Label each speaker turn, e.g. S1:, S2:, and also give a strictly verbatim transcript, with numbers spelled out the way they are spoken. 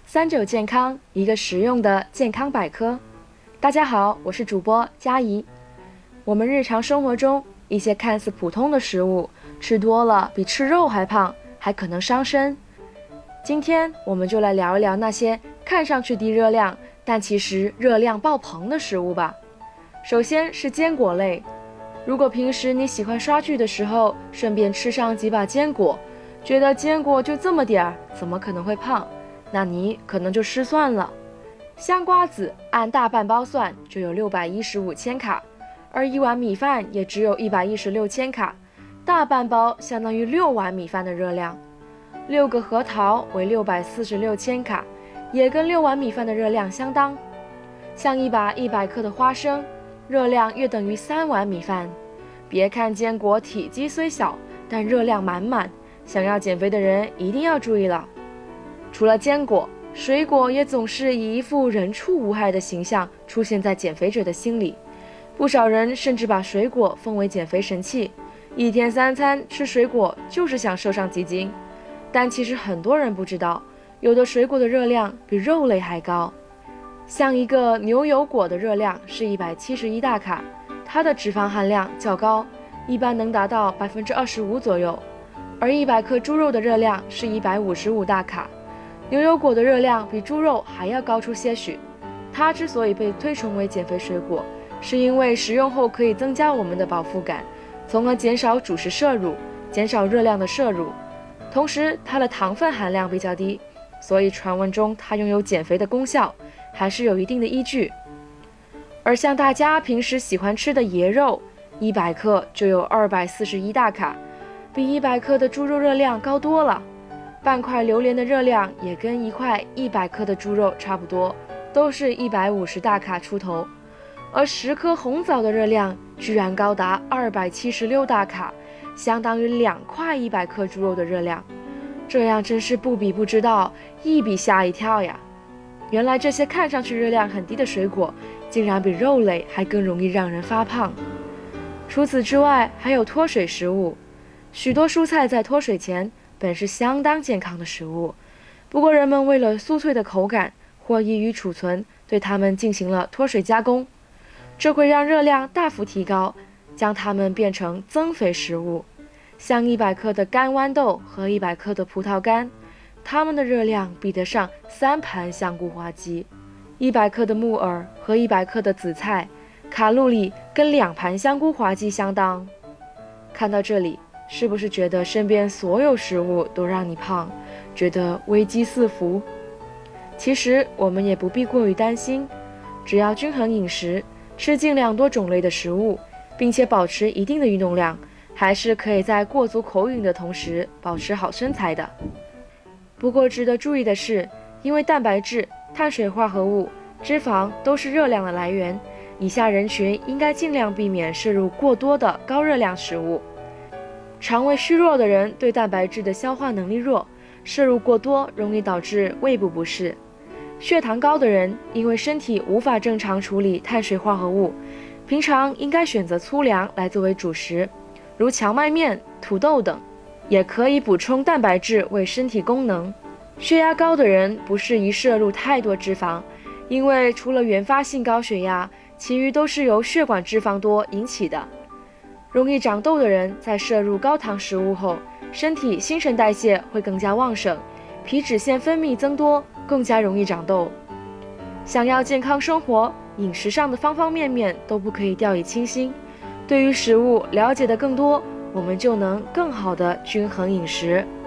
S1: 三九健康，一个实用的健康百科。大家好，我是主播佳怡。我们日常生活中一些看似普通的食物，吃多了比吃肉还胖，还可能伤身。今天我们就来聊一聊那些看上去低热量，但其实热量爆棚的食物吧。首先是坚果类，如果平时你喜欢刷剧的时候顺便吃上几把坚果，觉得坚果就这么点儿，怎么可能会胖？那你可能就失算了。香瓜子按大半包算就有六百一十五千卡，而一碗米饭也只有一百一十六千卡，大半包相当于六碗米饭的热量。六个核桃为六百四十六千卡，也跟六碗米饭的热量相当。像一把一百克的花生，热量约等于三碗米饭。别看坚果体积虽小，但热量满满，想要减肥的人一定要注意了。除了坚果，水果也总是以一副人畜无害的形象出现在减肥者的心里。不少人甚至把水果奉为减肥神器，一天三餐吃水果就是想瘦上几斤。但其实很多人不知道，有的水果的热量比肉类还高。像一个牛油果的热量是一百七十一大卡，它的脂肪含量较高，一般能达到 百分之二十五 左右。而一百克猪肉的热量是一百五十五大卡，牛油果的热量比猪肉还要高出些许。它之所以被推崇为减肥水果，是因为食用后可以增加我们的饱腹感，从而减少主食摄入，减少热量的摄入。同时它的糖分含量比较低，所以传闻中它拥有减肥的功效，还是有一定的依据。而像大家平时喜欢吃的椰肉，一百克就有二百四十一大卡，比一百克的猪肉热量高多了。半块榴莲的热量也跟一块一百克的猪肉差不多，都是一百五十大卡出头。而十颗红枣的热量居然高达二百七十六大卡，相当于两块一百克猪肉的热量。这样真是不比不知道，一比吓一跳呀！原来这些看上去热量很低的水果，竟然比肉类还更容易让人发胖。除此之外，还有脱水食物。许多蔬菜在脱水前本是相当健康的食物，不过人们为了酥脆的口感或易于储存，对它们进行了脱水加工，这会让热量大幅提高，将它们变成增肥食物。像一百克的干豌豆和一百克的葡萄干，它们的热量比得上三盘香菇花鸡。一百克的木耳和一百克的紫菜，卡路里跟两盘香菇花鸡相当。看到这里，是不是觉得身边所有食物都让你胖，觉得危机四伏？其实我们也不必过于担心，只要均衡饮食，吃尽量多种类的食物，并且保持一定的运动量，还是可以在过足口瘾的同时保持好身材的。不过值得注意的是，因为蛋白质、碳水化合物、脂肪都是热量的来源，以下人群应该尽量避免摄入过多的高热量食物。肠胃虚弱的人对蛋白质的消化能力弱，摄入过多容易导致胃部不适。血糖高的人因为身体无法正常处理碳水化合物，平常应该选择粗粮来作为主食，如荞麦面、土豆等，也可以补充蛋白质为身体功能。血压高的人不适宜摄入太多脂肪，因为除了原发性高血压，其余都是由血管脂肪多引起的。容易长痘的人在摄入高糖食物后，身体新陈代谢会更加旺盛，皮脂腺分泌增多，更加容易长痘。想要健康生活，饮食上的方方面面都不可以掉以轻心。对于食物了解的更多，我们就能更好的均衡饮食。